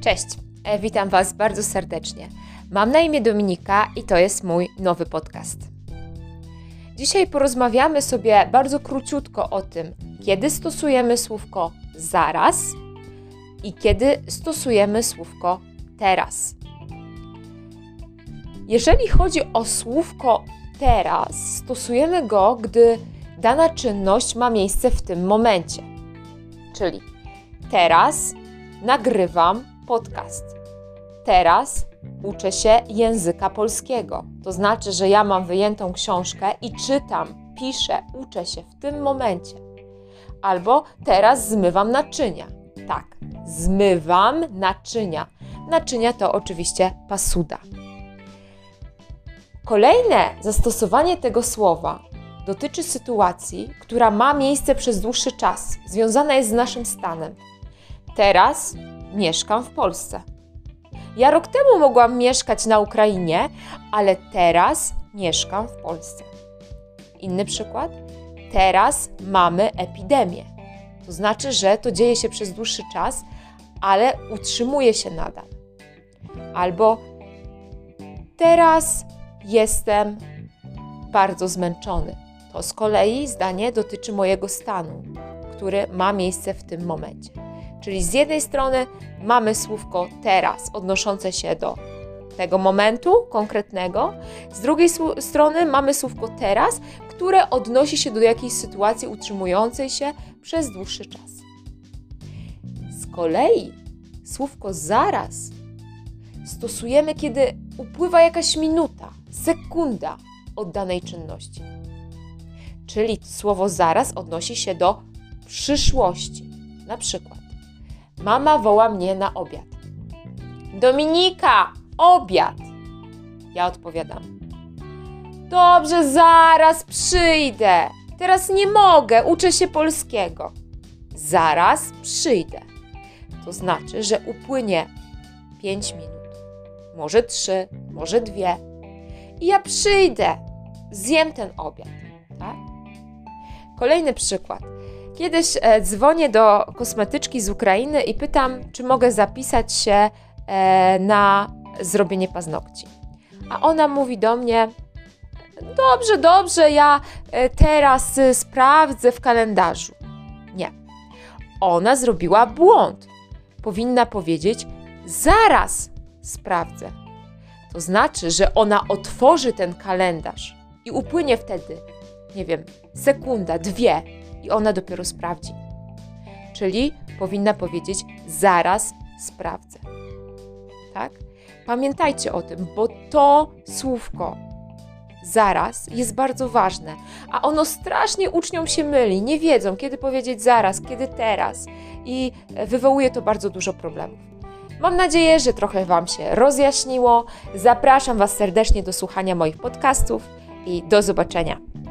Cześć, witam Was bardzo serdecznie. Mam na imię Dominika i to jest mój nowy podcast. Dzisiaj porozmawiamy sobie bardzo króciutko o tym, kiedy stosujemy słówko zaraz i kiedy stosujemy słówko teraz. Jeżeli chodzi o słówko teraz, stosujemy go, gdy dana czynność ma miejsce w tym momencie. Czyli teraz nagrywam podcast. Teraz uczę się języka polskiego. To znaczy, że ja mam wyjętą książkę i czytam, piszę, uczę się w tym momencie. Albo teraz zmywam naczynia. Tak, zmywam naczynia. Naczynia to oczywiście pasuda. Kolejne zastosowanie tego słowa dotyczy sytuacji, która ma miejsce przez dłuższy czas, związana jest z naszym stanem. Teraz mieszkam w Polsce. Ja rok temu mogłam mieszkać na Ukrainie, ale teraz mieszkam w Polsce. Inny przykład. Teraz mamy epidemię. To znaczy, że to dzieje się przez dłuższy czas, ale utrzymuje się nadal. Albo teraz jestem bardzo zmęczony. To z kolei zdanie dotyczy mojego stanu, który ma miejsce w tym momencie. Czyli z jednej strony mamy słówko teraz odnoszące się do tego momentu konkretnego, z drugiej strony mamy słówko teraz, które odnosi się do jakiejś sytuacji utrzymującej się przez dłuższy czas. Z kolei słówko zaraz stosujemy, kiedy upływa jakaś minuta, sekunda od danej czynności. Czyli słowo zaraz odnosi się do przyszłości. Na przykład mama woła mnie na obiad. Dominika, obiad! Ja odpowiadam. Dobrze, zaraz przyjdę. Teraz nie mogę, uczę się polskiego. Zaraz przyjdę. To znaczy, że upłynie 5 minut, może 3, może 2 i ja przyjdę, zjem ten obiad. Tak? Kolejny przykład. Kiedyś dzwonię do kosmetyczki z Ukrainy i pytam, czy mogę zapisać się na zrobienie paznokci. A ona mówi do mnie, dobrze, ja teraz sprawdzę w kalendarzu. Nie. Ona zrobiła błąd. Powinna powiedzieć, zaraz sprawdzę. To znaczy, że ona otworzy ten kalendarz i upłynie wtedy, nie wiem, sekunda, 2 i ona dopiero sprawdzi. Czyli powinna powiedzieć, zaraz sprawdzę. Tak? Pamiętajcie o tym, bo to słówko zaraz jest bardzo ważne, a ono strasznie uczniom się myli, nie wiedzą, kiedy powiedzieć zaraz, kiedy teraz i wywołuje to bardzo dużo problemów. Mam nadzieję, że trochę Wam się rozjaśniło. Zapraszam Was serdecznie do słuchania moich podcastów i do zobaczenia.